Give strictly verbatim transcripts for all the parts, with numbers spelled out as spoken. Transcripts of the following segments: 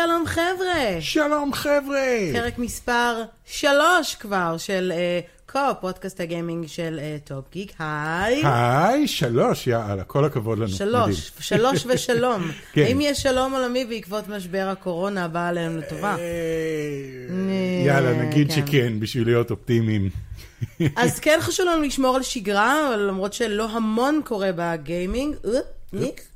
שלום חבר'ה. שלום חבר'ה. פרק מספר שלוש כבר של קו, פודקאסט הגיימינג של טופ גיק. היי. היי, שלוש, יאללה, כל הכבוד לנו. שלוש, שלוש ושלום. האם יש שלום עולמי בעקבות משבר הקורונה הבא עלינו לטובה? יאללה, נגיד שכן, בשביל להיות אופטימיים. אז כן חשוב לנו לשמור על שגרה, למרות שלא המון קורה בגיימינג. ניק?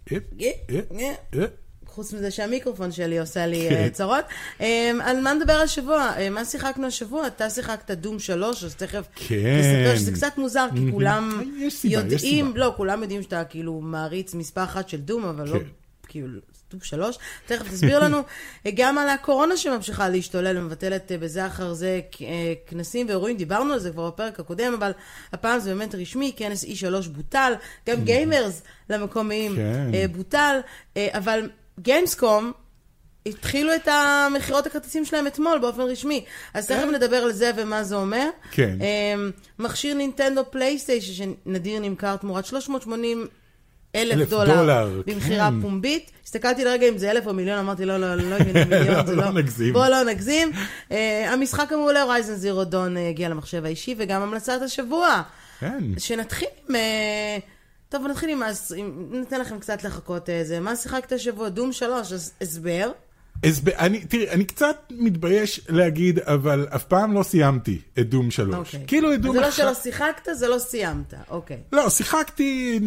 חוץ מזה שהמיקרופון שלי עושה לי צרות. על מה נדבר השבוע? מה שיחקנו השבוע? אתה שיחקת דום שלוש, אז תכף תספר שזה קצת מוזר, כי כולם יודעים, לא, כולם יודעים שאתה כאילו מעריץ מספר אחת של דום, אבל לא כאילו דום שלוש. תכף תסביר לנו גם על הקורונה שממשיכה להשתולל ומבטלת בזה אחר זה כנסים ואירועים. דיברנו על זה כבר בפרק הקודם, אבל הפעם זה באמת רשמי, כנס אי שלוש בוטל, גם גיימרס למקומיים בוטל, אבל גיימסקום התחילו את המחירות הכרטיסים שלהם אתמול באופן רשמי. אז תכף נדבר על זה ומה זה אומר. כן. מכשיר נינטנדו פלייסטיישן שנדיר נמכר תמורת שלוש מאות ושמונים אלף דולר במחירה פומבית. הסתכלתי לרגע אם זה אלף או מיליון, אמרתי לא, לא, לא, לא נגזים. בוא לא נגזים. המשחק המעולה הורייזן זירו דון הגיע למחשב האישי, וגם המלצת השבוע. כן. שנתחיל עם... טוב, נתחיל עם... ניתן לכם קצת לחכות איזה. מה שיחקת השבוע? דום שלוש, אז הסבר? הסבר, אני, תראי, אני קצת מתבייש להגיד, אבל אף פעם לא סיימתי את דום שלוש. אוקיי. כאילו את דום... זה לא שלא שיחקת, זה לא סיימת. אוקיי. לא, שיחקתי...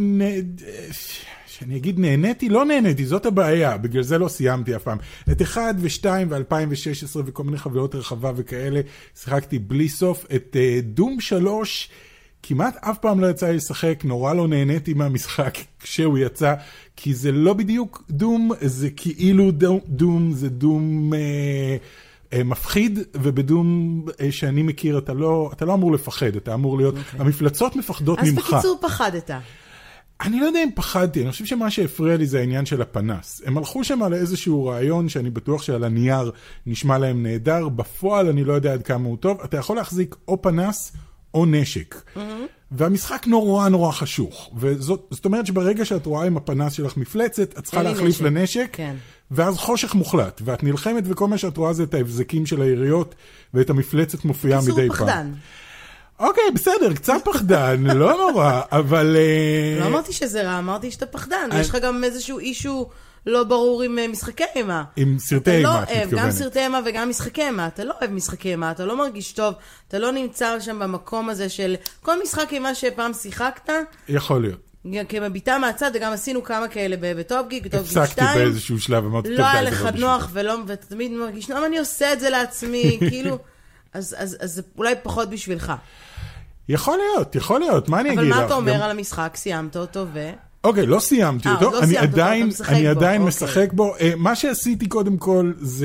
שאני אגיד נהניתי, לא נהניתי, זאת הבעיה, בגלל זה לא סיימתי אף פעם. את אחד ושתיים ו-אלפיים ושש עשרה וכל מיני חוויות רחבה וכאלה, שיחקתי בלי סוף. את uh, דום שלוש... כמעט אף פעם לא יצא לי לשחק, נורא לא נהניתי מהמשחק כשהוא יצא, כי זה לא בדיוק דום, זה כאילו דום, זה דום אה, אה, מפחיד, ובדום אה, שאני מכיר, אתה לא, אתה לא אמור לפחד, אתה אמור להיות, okay. המפלצות מפחדות אז ממך. אז בקיצור פחדת. אני לא יודע אם פחדתי, אני חושב שמה שהפריע לי זה העניין של הפנס. הם הלכו שם על איזשהו רעיון שאני בטוח שעל הנייר נשמע להם נהדר, בפועל אני לא יודע עד כמה הוא טוב, אתה יכול להחזיק או פנס, או נשק. Mm-hmm. והמשחק נורא נורא חשוך. וזאת, זאת אומרת שברגע שאת רואה עם הפנס שלך מפלצת, את צריכה להחליף נשק. לנשק, כן. ואז חושך מוחלט. ואת נלחמת וכל מה שאת רואה זה את ההבזקים של העיריות, ואת המפלצת מופיעה מדי פעם. קיצור פחדן. אוקיי, בסדר, קצת פחדן, לא נורא, אבל... לא אמרתי שזה רע, אמרתי שאתה פחדן. יש לך גם איזשהו אישו... לא ברור עם משחקי אימה. עם סרטי אימה, את מתכוונת. אתה לא אוהב, גם סרטי אימה וגם משחקי אימה. אתה לא אוהב משחקי אימה, אתה לא מרגיש טוב, אתה לא נמצא שם במקום הזה של כל משחק אימה שפעם שיחקת. יכול להיות. כמביטה מהצד, וגם עשינו כמה כאלה בטופ גיק, בטופ גיק שתיים. הפסקתי באיזשהו שלב, אמרתי, לא היה לך נוח, ואתה תמיד מרגיש, למה אני עושה את זה לעצמי, כאילו, אז אולי פחות בשבילך. יכול להיות, יכול להיות, מה אני אגיד לך? לך? אבל מה אתה אומר על המשחק? סיימת אותו ו... אוקיי, לא סיימתי אותו, אני עדיין, אני עדיין משחק בו. מה שעשיתי קודם כל זה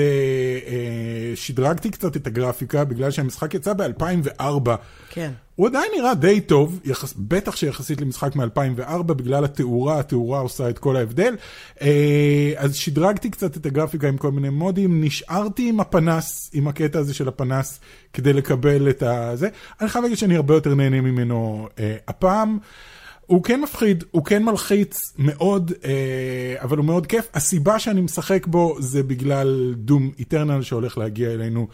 שדרגתי קצת את הגרפיקה, בגלל שהמשחק יצא ב-אלפיים וארבע. כן. הוא עדיין נראה די טוב, בטח שיחסית למשחק מ-אלפיים וארבע, בגלל התאורה, התאורה עושה את כל ההבדל. אז שדרגתי קצת את הגרפיקה עם כל מיני מודים, נשארתי עם הפנס, עם הקטע הזה של הפנס, כדי לקבל את זה. אני חייב להגיד שאני הרבה יותר נהנה ממנו הפעם. הוא כן מפחיד, הוא כן מלחיץ מאוד, אבל הוא מאוד כיף. הסיבה שאני משחק בו זה בגלל דום איטרנל שהולך להגיע אלינו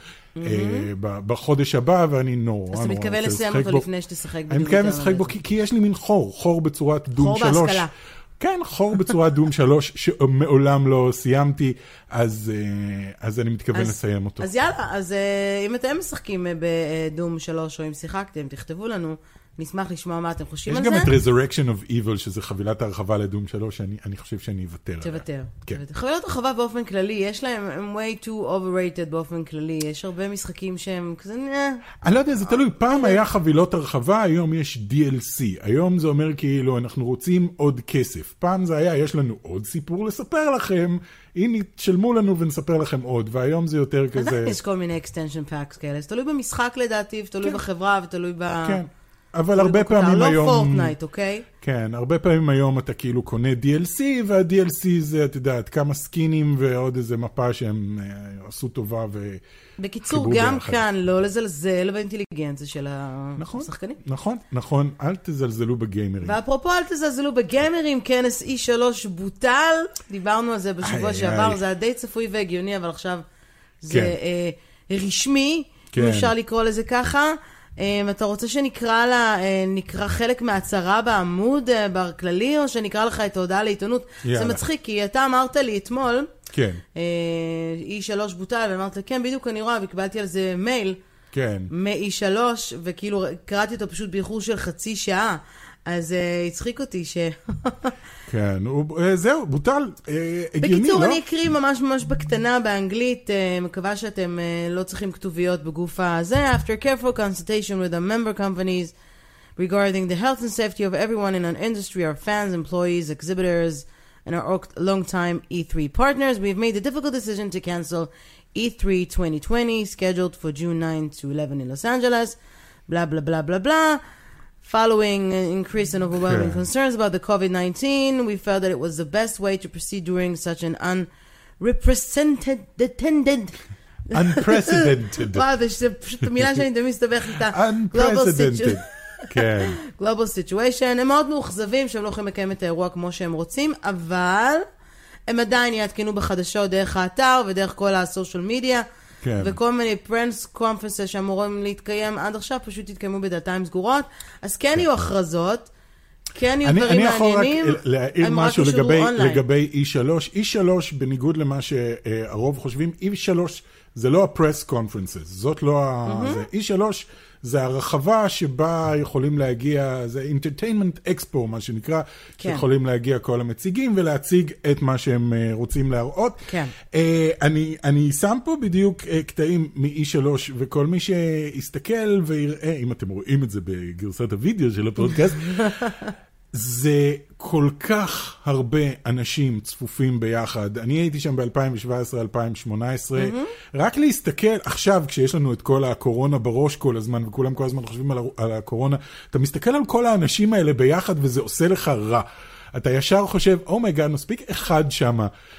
בחודש הבא, ואני נורא... אז אתה מתכוון לסיים אותו לפני שתשחק בדום איטרנל. אני מתכוון לשחק בו כי יש לי מין חור, חור בצורת דום שלוש. חור בהשכלה. כן, חור בצורת דום שלוש שמעולם לא סיימתי, אז אני מתכוון לסיים אותו. אז יאללה, אז אם אתם משחקים בדום שלוש או אם שיחקתם, תכתבו לנו. נשמח לשמוע מה אתם חושבים על זה. יש גם את Resurrection of Evil, שזה חבילת הרחבה לדום שלוש, שאני, אני חושב שאני אוותר. תוותר. כן. חבילות הרחבה באופן כללי, יש להם, הם way too overrated באופן כללי, יש הרבה משחקים שהם כזה, אני לא יודע, זה תלוי, פעם היה חבילות הרחבה, היום יש די אל סי, היום זה אומר כאילו, אנחנו רוצים עוד כסף. פעם זה היה, יש לנו עוד סיפור לספר לכם, הנה, תשלמו לנו ונספר לכם עוד, והיום זה יותר כזה... עדיין יש כל מיני extension packs כאלה, זה תלוי במשחק לדעתי, ותלוי בחברה, ותלוי ב... כן. אבל הרבה פעמים היום... לא פורטנייט, אוקיי? כן, הרבה פעמים היום אתה כאילו קונה די אל סי, וה-די אל סי זה, אתה יודעת, כמה סקינים ועוד איזה מפה שהם עשו טובה ו... בקיצור, גם כאן לא לזלזל באינטליגנציה של השחקנים. נכון, נכון, אל תזלזלו בגיימרים. ואפרופו אל תזלזלו בגיימרים, כנס אי שלוש בוטל, דיברנו על זה בשבוע שעבר, זה היה די צפוי והגיוני, אבל עכשיו זה רשמי, אם אפשר לקרוא לזה ככה. אתה רוצה שנקרא לה, נקרא חלק מהצהרה בעמוד בכללי, או שנקרא לך את ההודעה לעיתונות? זה מצחיק, כי אתה אמרת לי אתמול, כן. אי שלוש בוטל, ואמרת, כן, בדיוק אני רואה, וקיבלתי על זה מייל, כן. מ-אי שלוש, וכאילו קראתי אותו פשוט באיחור של חצי שעה, אז הצחיק אותי ש... כן, זהו, בוטל, הגיוני, לא? בקיצור, אני אקריא ממש ממש בקטנה באנגלית, מקווה שאתם לא צריכים כתוביות בגוף הזה. After careful consultation with the member companies regarding the health and safety of everyone in our industry, our fans, employees, exhibitors, and our long-time E three partners, we've made the difficult decision to cancel E three twenty twenty, scheduled for June ninth to eleventh in Los Angeles, blah, blah, blah, blah, blah. Following increased and overwhelming okay. concerns about the covid nineteen, we felt that it was the best way to proceed during such an unrepresented, attended, unprecedented. וואו, זה פשוט המילה שאני תמיד מסתבך איתה. unprecedented. כן. global situation. הם מאוד מאוכזבים שהם לא יכולים לקיים את האירוע כמו שהם רוצים, אבל הם עדיין יעדכנו בחדשות דרך האתר ודרך כל הסושיאל מדיה. כן. וכל מיני פרנס קונפרנסס שאמורים להתקיים עד עכשיו, פשוט יתקיימו בדלתיים סגורות. אז כן יהיו הכרזות, כן יהיו דברים מעניינים. אני יכול רק להעיר משהו לגבי אי שלוש. אי שלוש, בניגוד למה שהרוב חושבים, אי שלוש זה לא הפרס קונפרנסס. זאת לא ה... אי שלוש זה הרחבה שבה יכולים להגיע, זה entertainment expo, מה שנקרא, כן. שיכולים להגיע כל המציגים ולהציג את מה שהם רוצים להראות. כן. אני, אני שם פה בדיוק קטעים מ-אי שלוש, וכל מי שיסתכל ויראה, אם אתם רואים את זה בגרסת הוידאו של הפודקאסט, זה כל כך הרבה אנשים צפופים ביחד. אני הייתי שם ב-אלפיים שבע עשרה אלפיים שמונה עשרה. Mm-hmm. רק להסתכל, עכשיו כשיש לנו את כל הקורונה בראש כל הזמן, וכולם כל הזמן חושבים על, על הקורונה, אתה מסתכל על כל האנשים האלה ביחד, וזה עושה לך רע. אתה ישר חושב, אומייגאד, מספיק אחד שם,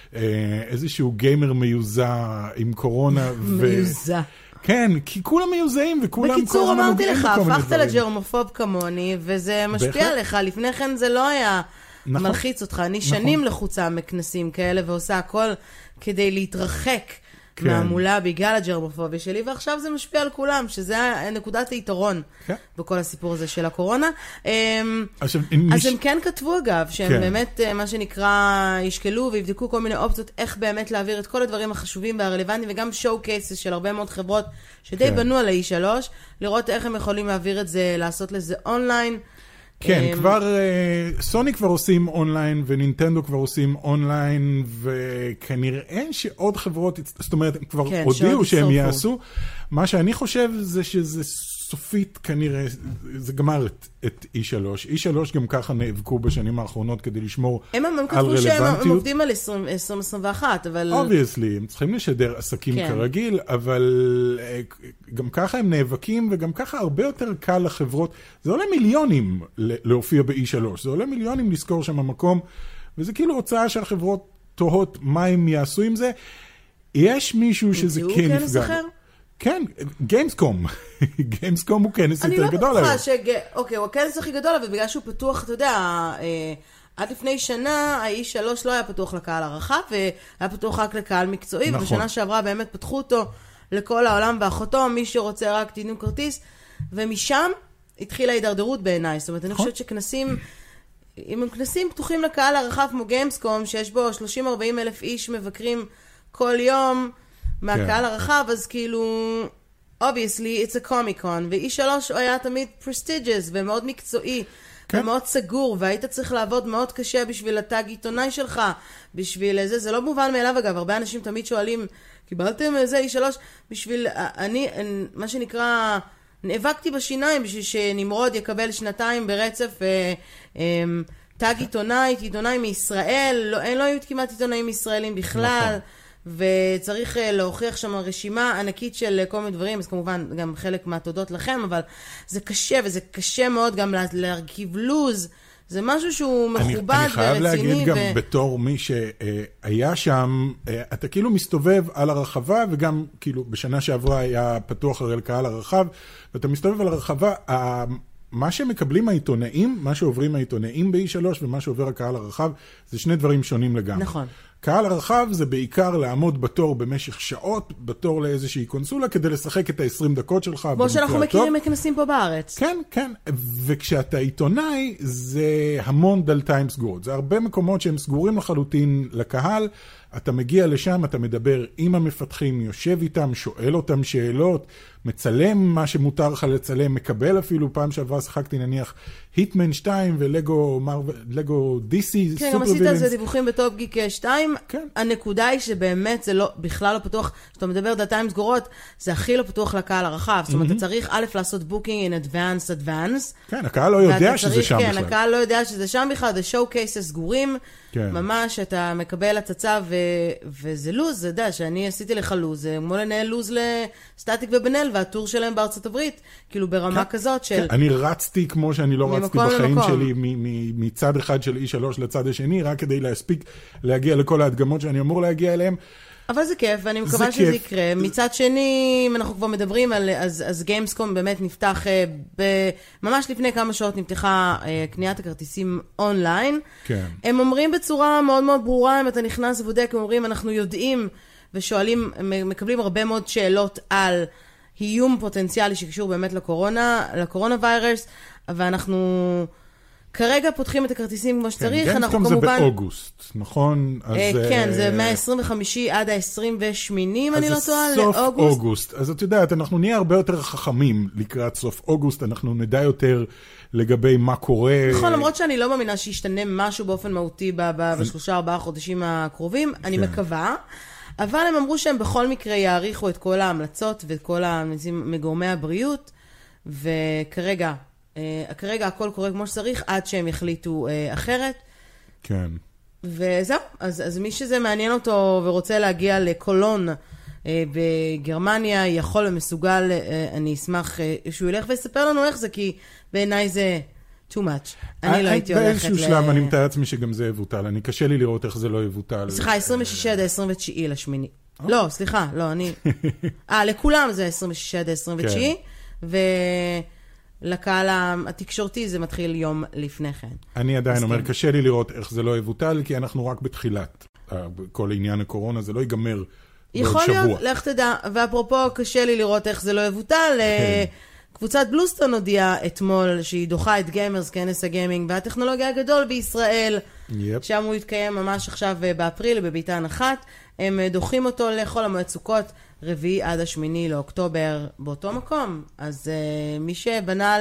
איזשהו גיימר מיוזע עם קורונה. מיוזע. כן, כי כולם מיוזעים וכולם... בקיצור, אמרתי לך, הפכת לג'רמופוב כמוני, וזה משפיע עליך. לפני כן זה לא היה מלחיץ אותך. אני שנים לחוצה מכנסים כאלה, ועושה הכל כדי להתרחק מהמולה בגלל הג'רמופוביה שלי, ועכשיו זה משפיע על כולם, שזה נקודת היתרון בכל הסיפור הזה של הקורונה. אז הם כן כתבו אגב, שהם באמת, מה שנקרא, ישקלו ויבדקו כל מיני אופציות, איך באמת להעביר את כל הדברים החשובים והרלוונטיים, וגם שואו קייסס של הרבה מאוד חברות, שדי בנו על ה-אי שלוש, לראות איך הם יכולים להעביר את זה, לעשות לזה אונליין. כן, כבר, סוני כבר עושים אונליין, ונינטנדו כבר עושים אונליין, וכנראה שעוד חברות, זאת אומרת, הם כבר הודיעו שהם יעשו. מה שאני חושב זה שזה סופית כנראה, זה גמר את, את אי שלוש. אי שלוש גם ככה נאבקו בשנים האחרונות כדי לשמור על רלוונטיות. הם כתבו שהם עובדים על עשרים עשרים ואחת, אבל... obviously, הם צריכים לשדר עסקים כן. כרגיל, אבל גם ככה הם נאבקים, וגם ככה הרבה יותר קל לחברות. זה עולה מיליונים להופיע ב-אי שלוש, זה עולה מיליונים לזכור שם המקום, וזה כאילו הוצאה של חברות תוהות מה הם יעשו עם זה. יש מישהו שזה כן נפגע. כן, גיימסקום. גיימסקום הוא כנס יותר גדול. אני לא בטוחה ש... אוקיי, הוא הכנס הכי גדול, אבל בגלל שהוא פתוח, אתה יודע, עד לפני שנה, ה-אי שלוש לא היה פתוח לקהל הרחב, והיה פתוח רק לקהל מקצועי, ובשנה שעברה באמת פתחו אותו לכל העולם ואחותו, מי שרוצה רק תיתנו כרטיס, ומשם התחילה ההידרדרות בעיניי. זאת אומרת, אני חושבת שכנסים, אם הם כנסים פתוחים לקהל הרחב כמו גיימסקום, שיש בו שלושים ארבעים אלף איש מבקרים כל יום, מהקהל הרחב, אז כאילו, obviously, it's a comic-con, ו-אי שלוש היה תמיד prestigious ומאוד מקצועי, ומאוד סגור, והיית צריך לעבוד מאוד קשה בשביל הטאג עיתונאי שלך, בשביל זה, זה לא מובן מאליו אגב, הרבה אנשים תמיד שואלים, קיבלתם איזה אי שלוש, בשביל, אני, מה שנקרא, נאבקתי בשיניים, בשביל שנמרוד יקבל שנתיים ברצף, טאג עיתונאי, עיתונאי מישראל, לא, אין לא היו כמעט עיתונאים ישראלים בכלל, וצריך להוכיח שם רשימה ענקית של כל מיני דברים, אז כמובן גם חלק מהתודות לכם, אבל זה קשה, וזה קשה מאוד גם להרכיב לוז, זה משהו שהוא מכובד ורציני. אני חייב להגיד גם בתור מי שהיה שם, אתה כאילו מסתובב על הרחבה, וגם כאילו בשנה שעברה היה פתוח הרי לקהל הרחב, ואתה מסתובב על הרחבה, מה שמקבלים העיתונאים, מה שעוברים העיתונאים ב-אי שלוש ומה שעובר הקהל הרחב, זה שני דברים שונים לגמרי. נכון. קהל הרחב זה בעיקר לעמוד בתור במשך שעות, בתור לאיזושהי קונסולה, כדי לשחק את ה-עשרים דקות שלך. כמו שאנחנו מכירים מכנסים פה בארץ. כן, כן. וכשאתה עיתונאי, זה המון דלתיים סגורות. זה הרבה מקומות שהם סגורים לחלוטין לקהל. אתה מגיע לשם, אתה מדבר עם המפתחים, יושב איתם, שואל אותם שאלות, מצלם מה שמותר לך לצלם, מקבל אפילו פעם שעברה, שחקתי נניח היטמן שתיים ולגו לגו די סי כן, גם עשית על זה דיווחים בטופ גיק שתיים. כן. הנקודה היא שבאמת זה לא, בכלל לא פתוח, כשאתה מדבר דלתיים סגורות, זה הכי לא פתוח לקהל הרחב. זאת אומרת, אתה צריך א' לעשות בוקינג in advance advance. כן, הקהל לא יודע שזה שם בכלל. כן, הקהל לא יודע שזה שם בכלל, זה שואו קייסס סגורים. ממש, אתה מקבל הצצה וזה לוז, זה יודע שאני עשיתי לך לוז, זה כמו לנהל לוז לסטטיק ובנל, והטור שלהם בארצות הברית, כאילו ברמה כזאת של... אני רצתי כמו שאני לא רצתי בחיים שלי, מצד אחד של אי שלוש לצד השני, רק כדי להספיק להגיע לכל ההדגמות שאני אמור להגיע אליהם. אבל זה כיף, ואני מקווה שזה יקרה. מצד שני, אם אנחנו כבר מדברים על, אז, אז גיימסקום באמת נפתח, ב, ממש לפני כמה שעות נפתחה קניית הכרטיסים אונליין. כן. הם אומרים בצורה מאוד מאוד ברורה, אם אתה נכנס ובודק, הם אומרים, אנחנו יודעים ושואלים, מקבלים הרבה מאוד שאלות על איום פוטנציאלי שקשור באמת לקורונה, לקורונה ויירוס, ואנחנו... כרגע פותחים את הכרטיסים כמו שצריך, כן, אנחנו כמובן... זה באוגוסט, נכון? אז, כן, זה מה-עשרים וחמישי עד ה-עשרים ושמונה, אם אני לא טועה, לאוגוסט. סוף אוגוסט. אז את יודעת, אנחנו נהיה הרבה יותר חכמים לקראת סוף אוגוסט, אנחנו נדע יותר לגבי מה קורה. נכון, למרות שאני לא מאמינה שישתנה משהו באופן מהותי בשלושה ארבעה חודשים הקרובים, אני מקווה, אבל הם אמרו שהם בכל מקרה יעריכו את כל ההמלצות ואת כל מגורמי הבריאות, וכרגע... Uh, כרגע הכל קורה כמו שצריך, עד שהם יחליטו uh, אחרת. כן. וזהו, אז, אז מי שזה מעניין אותו ורוצה להגיע לקולון uh, בגרמניה, יכול ומסוגל, uh, אני אשמח uh, שהוא ילך ויספר לנו איך זה, כי בעיניי זה too much. אני לא הייתי הולכת... באיזשהו שלב אני מתאר לעצמי שגם זה יבוטל. אני קשה לי לראות איך זה לא יבוטל. סליחה, עשרים ושישה עד עשרים ותשעה לשמיני. לא, סליחה, לא, אני... אה, לכולם זה עשרים ושישה עד עשרים ותשעה, ו... לקהל התקשורתי זה מתחיל יום לפני כן. אני עדיין אומר, קשה לי לראות איך זה לא יבוטל, כי אנחנו רק בתחילת כל עניין הקורונה, זה לא ייגמר בעוד שבוע. יכול להיות, לך תדע, ואפרופו קשה לי לראות איך זה לא יבוטל, קבוצת בלוסטון הודיעה אתמול שהיא דוחה את גיימרס, כנס הגיימינג והטכנולוגיה הגדול בישראל, שם הוא יתקיים ממש עכשיו באפריל בביתן אחת, הם דוחים אותו לכל המועד סוכות, רביעי עד השמיני לאוקטובר באותו מקום. אז uh, מי שבנה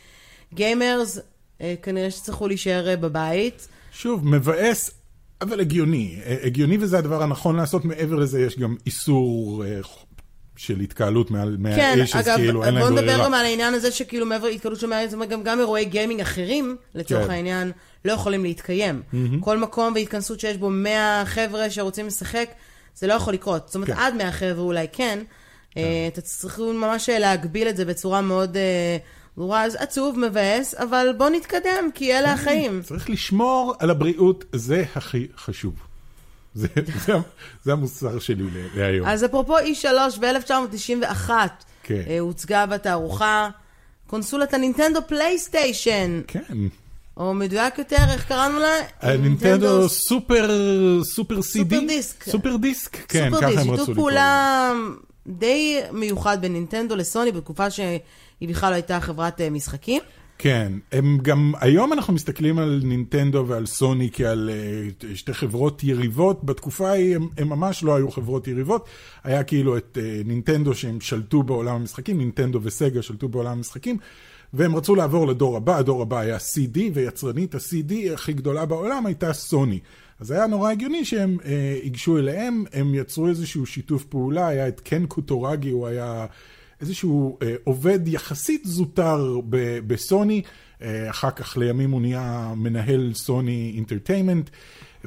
לגיימרס, uh, כנראה שצריכו להישאר בבית. שוב, מבאס, אבל הגיוני. הגיוני וזה הדבר הנכון לעשות. מעבר לזה יש גם איסור uh, של התקהלות מעל מאה כן, איש, אגב, כאילו אין להם בוא ברירה. נדבר גם על העניין הזה שכאילו מעבר התקהלות של מאה איש, גם, גם אירועי גיימינג אחרים, לצורך כן. העניין, לא יכולים להתקיים. Mm-hmm. כל מקום והתכנסות שיש בו מאה חבר'ה שרוצים לשחק, זה לא יכול לקרות. זאת אומרת, כן. עד מאה חבר'ה אולי כן. כן. אתה צריך ממש להגביל את זה בצורה מאוד ברורה, אז עצוב, מבאס, אבל בוא נתקדם, כי אלה החיים. צריך לשמור על הבריאות, זה הכי חשוב. זה, זה, זה המוסר שלי להיום. אז אפרופו אי שלוש, ב-אלף תשע מאות תשעים ואחת כן. הוצגה בתערוכה קונסולת הנינטנדו פלייסטיישן. כן. או מדויק יותר, איך קראנו לה? הנינטנדו סופר, סופר סי די? סופר דיסק. סופר דיסק, כן, ככה הם רצו לקרוא. שיתוף פעולה די מיוחד בנינטנדו לסוני, בתקופה שהיא בכלל הייתה חברת משחקים. כן, הם גם, היום אנחנו מסתכלים על נינטנדו ועל סוני כעל uh, שתי חברות יריבות, בתקופה ההיא הם, הם ממש לא היו חברות יריבות, היה כאילו את uh, נינטנדו שהם שלטו בעולם המשחקים, נינטנדו וסגה שלטו בעולם המשחקים, והם רצו לעבור לדור הבא, הדור הבא היה סי די, ויצרנית ה-סי די הכי גדולה בעולם הייתה סוני. אז היה נורא הגיוני שהם אה, הגשו אליהם, הם יצרו איזשהו שיתוף פעולה, היה את קן קוטורגי, הוא היה איזשהו אה, עובד יחסית זוטר ב- בסוני, אה, אחר כך לימים הוא נהיה מנהל סוני אינטרטיימנט,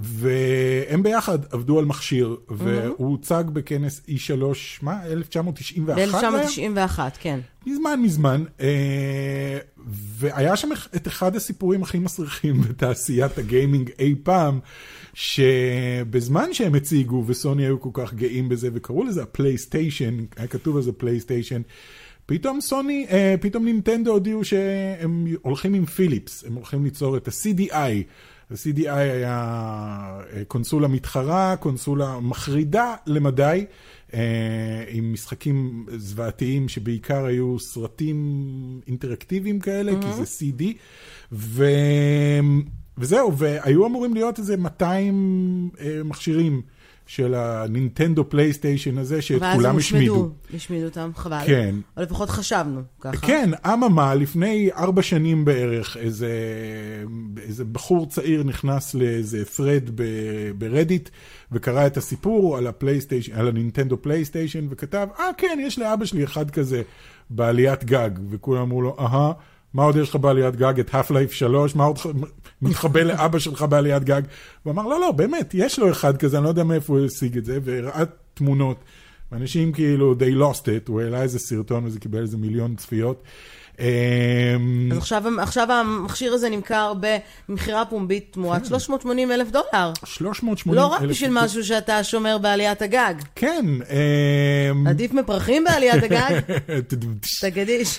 והם ביחד עבדו על מכשיר, והוא הוצג בכנס אי שלוש, מה? אלף תשע מאות תשעים ואחת? אלף תשע מאות תשעים ואחת, כן. מזמן מזמן, והיה שם את אחד הסיפורים הכי מסריחים בתעשיית הגיימינג אי פעם, שבזמן שהם הציגו, וסוני היו כל כך גאים בזה, וקראו לזה הפלייסטיישן, היה כתוב על זה פלייסטיישן, פתאום סוני, פתאום נינטנדו הודיעו שהם הולכים עם פיליפס, הם הולכים ליצור את ה-סי די איי, ה-סי די איי היה קונסולה מתחרה, קונסולה מחרידה למדי, עם משחקים זוועתיים שבעיקר היו סרטים אינטראקטיביים כאלה, כי זה סי די, ו... וזהו, והיו אמורים להיות איזה מאתיים מכשירים של הנינטנדו פלייסטיישן הזה, שאת כולם השמידו. ואז הם השמידו, השמידו אותם, חבל. כן. או לפחות חשבנו ככה. כן, אממה, לפני ארבע שנים בערך, איזה, איזה בחור צעיר נכנס לאיזה thread ברדיט, וקרא את הסיפור על הפלייסטיישן, על הנינטנדו פלייסטיישן, וכתב, אה כן, יש לאבא שלי אחד כזה בעליית גג, וכולם אמרו לו, אהה, מה עוד יש לך בעליית גג? את Half-Life שלוש? מה עוד מתחבא לאבא שלך בעליית גג? הוא אמר, לא, לא, באמת, יש לו אחד כזה, אני לא יודע מאיפה הוא השיג את זה, וראה תמונות, ואנשים כאילו, they lost it, הוא העלה איזה סרטון, וזה קיבל איזה מיליון צפיות. אז עכשיו, עכשיו המכשיר הזה נמכר במחירה פומבית תמורת שלוש מאות ושמונים אלף דולר. שלוש מאות ושמונים אלף. לא רק בשביל משהו שאתה שומר בעליית הגג. כן. עדיף מפרחים בעליית הגג? תגדיש.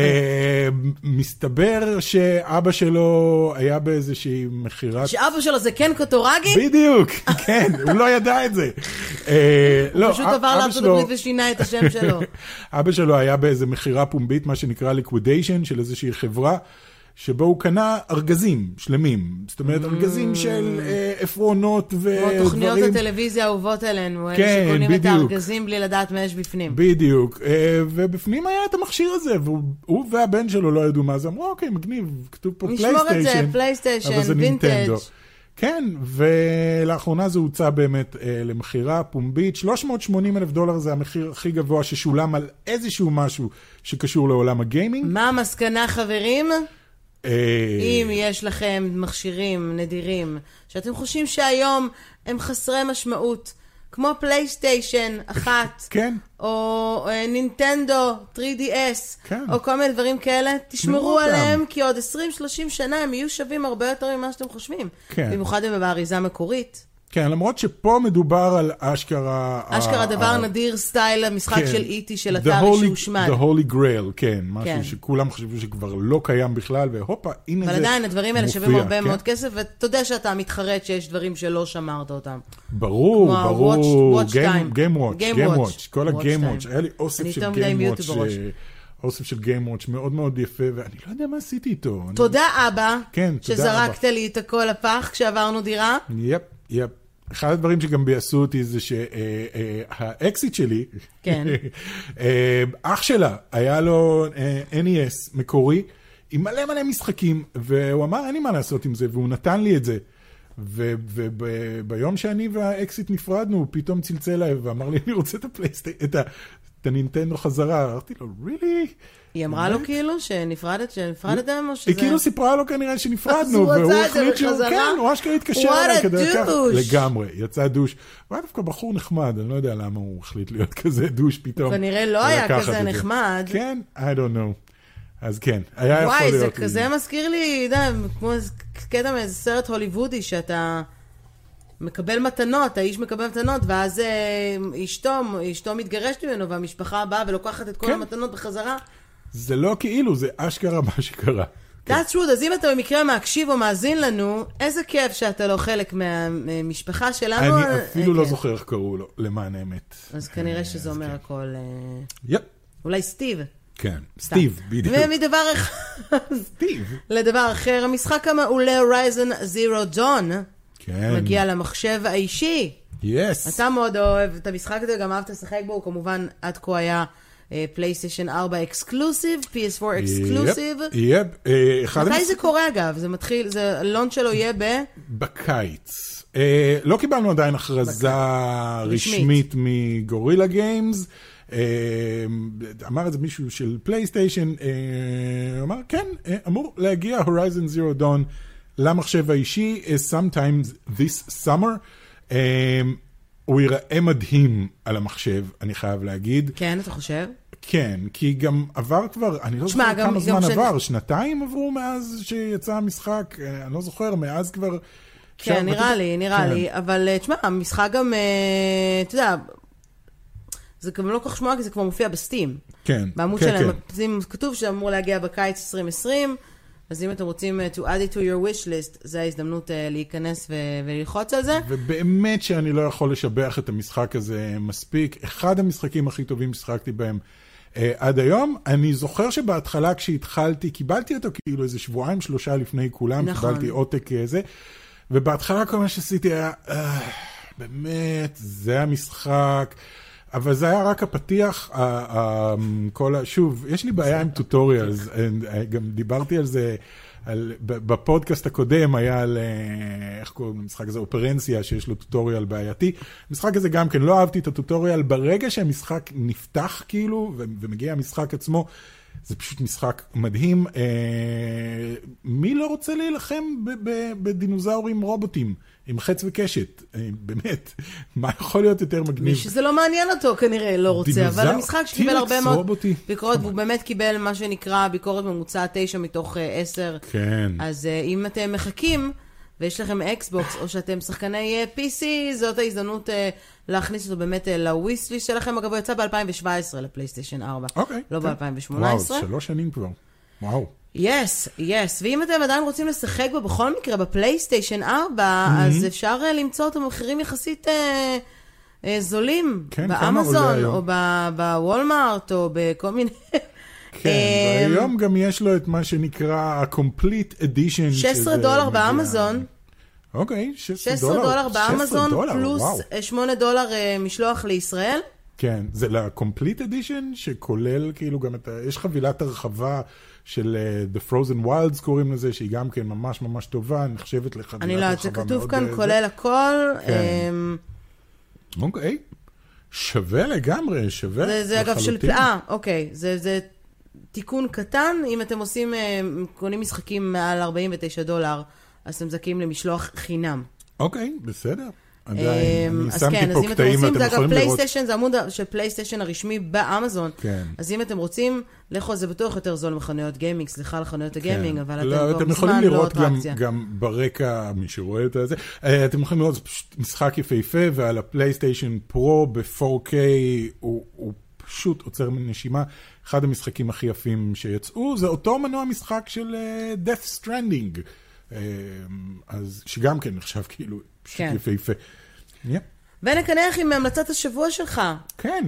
מסתבר שאבא שלו היה באיזושהי מחירת... שאבא שלו זה קן קוטורגי? בדיוק, כן, הוא לא ידע את זה. הוא פשוט עבר לארצות הברית ושינה את השם שלו. אבא שלו היה באיזה מחירה פומבית, מה שנקרא ליקווידיישן, של איזושהי חברה, שבו הוא קנה ארגזים שלמים. זאת אומרת, ארגזים של אפרונות ודברים. כמו תוכניות הטלוויזיה האהובות אלינו, אלה שקונים את הארגזים בלי לדעת מה יש בפנים. בדיוק. ובפנים היה את המכשיר הזה, והוא והבן שלו לא ידעו מה זה. אמרו, אוקיי, מגניב, כתוב פה פלייסטיישן. נשמור את זה, פלייסטיישן, וינטג'. כן, ולאחרונה זה הוצא באמת אה, למחירה פומבית. שלוש מאות ושמונים אלף דולר זה המחיר הכי גבוה ששולם על איזשהו משהו שקשור לעולם הגיימינג. מה המסקנה, חברים? אה... אם יש לכם מכשירים נדירים, שאתם חושבים שהיום הם חסרי משמעות, כמו פלייסטיישן אחת, כן. או נינטנדו תרי די אס, כן. או כל מיני דברים כאלה, תשמרו עליהם, כי עוד עשרים שלושים שנה הם יהיו שווים הרבה יותר ממה שאתם חושבים. כן. במיוחד הם באריזה מקורית. כן, למרות שפה מדובר על אשכרה... אשכרה דבר נדיר סטייל המשחק של איטי של אתרי שהושמד. The Holy Grail, כן. משהו שכולם חשבו שכבר לא קיים בכלל, והופה, הנה זה אבל עדיין, הדברים האלה שווים הרבה מאוד כסף, ואתה יודע שאתה מתחרט שיש דברים שלא שמרת אותם. ברור, ברור. Game Watch, Game Watch. כל ה-Game Watch. היה לי אוסף של Game Watch. אוסף של Game Watch מאוד מאוד יפה, ואני לא יודע מה עשיתי איתו. תודה אבא, כן, תודה אבא. שזרקת לי את הכל לפח כשעברנו דירה. יפ, יפ. אחד הדברים שגם ביעשו אותי זה שהאקסיט שלי, כן. אח שלה, היה לו אן אי אס מקורי, עם מלא מלא משחקים, והוא אמר, אין לי מה לעשות עם זה, והוא נתן לי את זה. וביום שאני והאקסיט נפרדנו, הוא פתאום צלצל אליי, ואמר לי, אני רוצה את הפלייסטיישן, את הנינטנדו חזרה. אמרתי לו, really? היא אמרה לו כאילו שנפרדת, שנפרדתם או שזה... היא כאילו סיפרה לו כנראה שנפרדנו, והוא החליט שהוא, כן, הוא אשכרה התקשר אליי כדי לקחת. לגמרי, יצא דוש. הוא היה דווקא בחור נחמד, אני לא יודע למה הוא החליט להיות כזה דוש פתאום. כנראה לא היה כזה נחמד. כן, I don't know. אז כן, היה יכול להיות... וואי, זה כזה מזכיר לי, כמו קטע מאיזה סרט הוליוודי, שאתה מקבל מתנות, האיש מקבל מתנות, ואז אשתו, אשתו מתגרשת ממנו, והמשפחה באה ולוקחת את כל המתנות בחזרה. זה לא כאילו, זה אשכרה מה שקרה. That's true, אז אם אתה במקרה מקשיב או מאזין לנו, איזה כיף שאתה לא חלק מהמשפחה שלנו. אני אפילו לא זוכר איך קראו לו, למען האמת. אז כנראה שזה אומר הכל... יפ. אולי סטיב. כן, סטיב, בדיוק. ומדבר אחד... סטיב. לדבר אחר, המשחק המעולה Horizon Zero Dawn, כן. מגיע למחשב האישי. יס. אתה מאוד אוהב את המשחק הזה, גם אהבת לשחק בו, הוא כמובן עד כה היה פלייסטיישן ארבע אקסקלוסיב, פי אס פור אקסקלוסיב. יפ, יפ. מתי זה קורה אגב? זה מתחיל, זה הלונץ' שלו יהיה ב... בקיץ. לא קיבלנו עדיין הכרזה רשמית מגורילה גיימס, אמר את זה מישהו של פלייסטיישן, אמר כן, אמור להגיע Horizon Zero Dawn למחשב האישי, sometimes this summer, הוא ייראה מדהים על המחשב, אני חייב להגיד. כן, אתה חושב? כן, כי גם עבר כבר, אני לא זוכר כמה זמן עבר, שנתיים עברו מאז שיצא המשחק, אני לא זוכר, מאז כבר... כן, נראה לי, נראה לי, אבל תשמע, המשחק גם, אתה יודע, זה גם לא כל כך שמוע, כי זה כבר מופיע בסטים. כן, בעמוד שלהם, כתוב שאמור להגיע בקיץ עשרים עשרים, אז אם אתם רוצים to add it to your wish list, זה ההזדמנות להיכנס וללחוץ על זה. ובאמת שאני לא יכול לשבח את המשחק הזה מספיק. אחד המשחקים הכי טובים ששחקתי בהם עד היום. אני זוכר שבהתחלה כשהתחלתי, קיבלתי אותו כאילו איזה שבועיים, שלושה לפני כולם, נכון. קיבלתי עותק איזה, ובהתחלה כל מה שעשיתי היה, אה, באמת, זה המשחק, אבל זה היה רק הפתיח, כל, שוב, יש לי בעיה עם טוטוריאלס, גם דיברתי על זה, על, בפודקאסט הקודם היה על, איך קוראים למשחק הזה, אופרנציה, שיש לו טוטוריאל בעייתי. המשחק הזה גם כן, לא אהבתי את הטוטוריאל, ברגע שהמשחק נפתח כאילו, ומגיע המשחק עצמו, זה פשוט משחק מדהים. מי לא רוצה להילחם בדינוזאורים רובוטים, עם חץ וקשת? באמת, מה יכול להיות יותר מגניב? מי שזה לא מעניין אותו כנראה לא רוצה, אבל המשחק שקיבל הרבה מאוד ביקורת, והוא באמת קיבל מה שנקרא ביקורת ממוצע תשע מתוך עשר. כן. אז אם אתם מחכים, ויש לכם אקסבוקס, או שאתם שחקני פי סי, זאת ההזדמנות להכניס אותו באמת לוויסליסט שלכם. אגב, הוא יצא ב-אלפיים שבע עשרה לפלייסטיישן ארבע, אוקיי, לא ב-אלפיים שמונה עשרה. וואו, שלוש שנים כבר. וואו. יס, יס. ואם אתם עדיין רוצים לשחק בו בכל מקרה בפלייסטיישן ארבע, אז אפשר למצוא אותו במחירים יחסית זולים, באמזון, או בוולמארט, או בכל מיני... כן, והיום גם יש לו את מה שנקרא ה-Complete Edition. שש עשרה דולר באמזון. אוקיי, שש עשרה דולר באמזון, פלוס שמונה דולר משלוח לישראל. כן, זה ל-Complete Edition, שכולל כאילו גם את ה... יש חבילת הרחבה של The Frozen Wilds קוראים לזה, שהיא גם כן ממש ממש טובה, נחשבת לחבילת הרחבה מאוד... אני לא, זה כתוב כאן כולל הכל. אוקיי, שווה לגמרי, שווה לחלוטין. זה אגב של פלאה, אוקיי, זה... תיקון קטן, אם אתם עושים, קונים משחקים מעל ארבעים ותשעה דולר, אז אתם זכים למשלוח חינם. אוקיי, בסדר. עדיין, אני אז שמתי כן, פה קטעים, רוצים, אתם יכולים לראות. פלייסטיישן, זה עמוד של פלייסטיישן הרשמי באמזון. כן. אז אם אתם רוצים, לכו, זה בטוח יותר זול מחנויות גיימינג, סליחה על חנויות הגיימינג, אבל אתם לא, כבר אתם יכולים מזמן לא לראות גם, אטרקציה. גם ברקע, מי שרואה את זה, אתם יכולים לראות, זה פשוט משחק יפהפה, ועל הפלייסטיישן פרו ב-פור קיי, הוא, הוא פשוט עוצר נשימה. אחד המשחקים הכי יפים שיצאו, זה אותו מנוע משחק של uh, Death Stranding, uh, אז שגם כן נחשב כאילו פשוט כן. יפהפה. Yeah. ונקנח עם המלצת השבוע שלך. כן.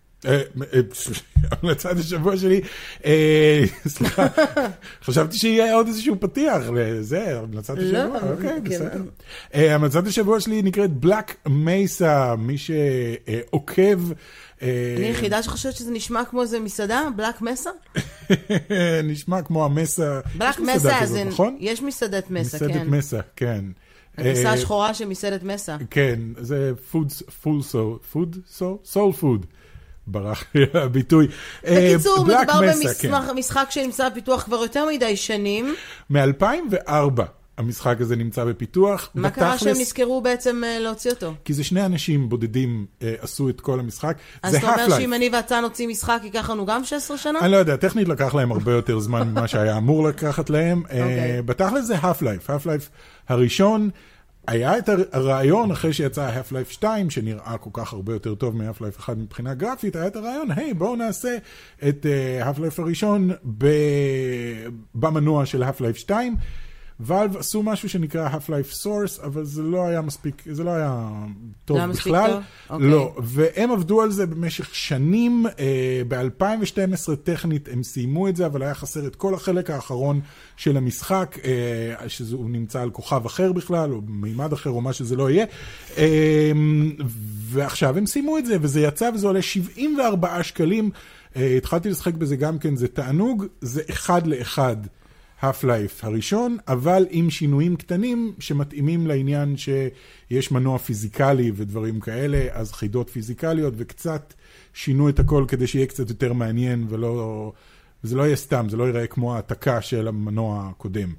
המלצת השבוע שלי, סליחה, חשבתי שיהיה עוד איזשהו פתיח לזה, המלצת השבוע, אוקיי, בסדר. המלצת השבוע שלי נקראת Black Mesa, מי שעוקב... אני יחידה שחושבת שזה נשמע כמו איזה מסעדה, Black Mesa? נשמע כמו המסה, Black Mesa, נכון? יש מסעדת מסה, כן. מסעדת מסה, כן. הכניסה השחורה של מסעדת מסה. כן, זה food, full soul, food, soul, soul food. ברח הביטוי. בקיצור, מדובר במשחק שנמצא בפיתוח כבר יותר מדי שנים. מ-אלפיים וארבע המשחק הזה נמצא בפיתוח. מה קרה שהם נזכרו בעצם להוציא אותו? כי זה שני אנשים בודדים עשו את כל המשחק. אז אתה אומר שאם אני ואתה נוציא משחק, ייקח לנו גם שש עשרה שנה? אני לא יודע, טכנית לקח להם הרבה יותר זמן ממה שהיה אמור לקחת להם. בתכל'ס זה Half-Life. Half-Life הראשון, היה את הרעיון, אחרי שיצא Half-Life שתיים, שנראה כל כך הרבה יותר טוב מ-Half-Life אחד מבחינה גרפית, היה את הרעיון, היי, בואו נעשה את uh, Half-Life הראשון במנוע של Half-Life שתיים. ואלב עשו משהו שנקרא Half-Life Source, אבל זה לא היה מספיק, זה לא היה טוב לא בכלל. טוב? לא, okay. והם עבדו על זה במשך שנים, ב-אלפיים ושתים עשרה טכנית הם סיימו את זה, אבל היה חסר את כל החלק האחרון של המשחק, שהוא נמצא על כוכב אחר בכלל, או מימד אחר, או מה שזה לא יהיה. ועכשיו הם סיימו את זה, וזה יצא, וזה עולה שבעים וארבעה שקלים. התחלתי לשחק בזה גם כן, זה תענוג, זה אחד לאחד. Half-Life הראשון, אבל עם שינויים קטנים שמתאימים לעניין שיש מנוע פיזיקלי ודברים כאלה, אז חידות פיזיקליות, וקצת שינו את הכל כדי שיהיה קצת יותר מעניין, ולא, וזה לא יהיה סתם, זה לא ייראה כמו העתקה של המנוע הקודם.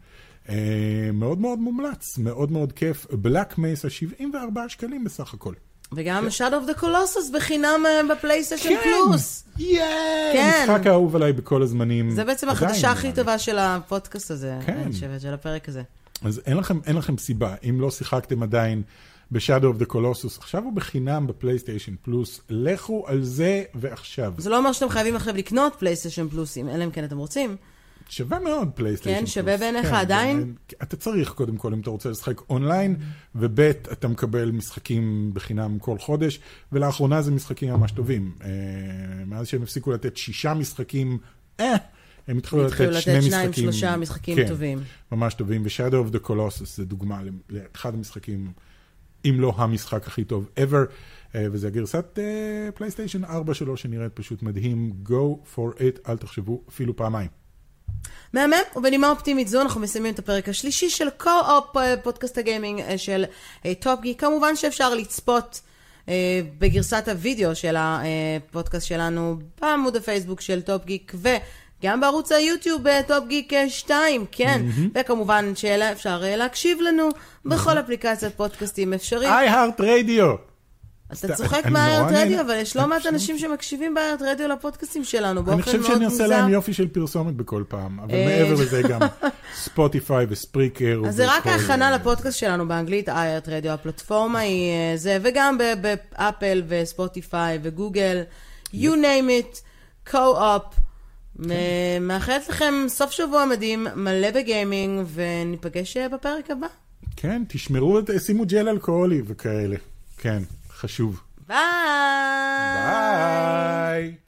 מאוד מאוד מומלץ, מאוד מאוד כיף. בלק מייסה, שבעים וארבעה שקלים בסך הכל. וגם Shadow of the Colossus בחינם בפלייסטיישן פלוס. כן, משחק האהוב עליי בכל הזמנים. זה בעצם החדשה הכי טובה של הפודקאסט הזה, אני חושבת, של הפרק הזה. אז אין לכם, אין לכם סיבה, אם לא שיחקתם עדיין ב-Shadow of the Colossus, עכשיו הוא בחינם בפלייסטיישן פלוס, לכו על זה ועכשיו. זה לא אומר שאתם חייבים עכשיו לקנות פלייסטיישן פלוס, אם אלה כן אתם רוצים. שווה מאוד פלייסטיישן פלוס. כן, שווה בעיניך עדיין. אתה צריך קודם כל, אם אתה רוצה לשחק אונליין, ובית אתה מקבל משחקים בחינם כל חודש, ולאחרונה זה משחקים ממש טובים. מאז שהם הפסיקו לתת שישה משחקים, אה, הם התחילו לתת שני משחקים. שניים, שלושה משחקים טובים. ממש טובים, ו-Shadow of the Colossus זה דוגמה לאחד המשחקים, אם לא המשחק הכי טוב ever, וזה הגרסת פלייסטיישן ארבע שלו, שנראית פשוט מדהים. Go for it, אל תחשבו אפילו פעמיים. מהמם, ובנימה אופטימית זו אנחנו מסיימים את הפרק השלישי של קו-אופ פודקאסט הגיימינג של טופ גיק. כמובן שאפשר לצפות בגרסת הוידאו של הפודקאסט שלנו בעמוד הפייסבוק של טופ גיק וגם בערוץ היוטיוב טופ גיק שתיים, כן, וכמובן שאלה אפשר להקשיב לנו בכל אפליקציית פודקאסטים אפשריים. iHeart Radio. אתה צוחק מהאיירט רדיו, אבל יש לא מעט אנשים שמקשיבים באיירט רדיו לפודקאסטים שלנו, באופן מאוד מוזר. אני חושב שאני עושה להם יופי של פרסומת בכל פעם, אבל מעבר לזה גם ספוטיפיי וספריקר. אז זה רק ההכנה לפודקאסט שלנו באנגלית, איירט רדיו, הפלטפורמה היא זה, וגם באפל וספוטיפיי וגוגל, you name it, co-op. מאחלת לכם סוף שבוע מדהים, מלא בגיימינג, וניפגש בפרק הבא. כן, תשמרו, שימו ג'ל אלכוהולי וכאלה. כן. חשוב. ביי! ביי!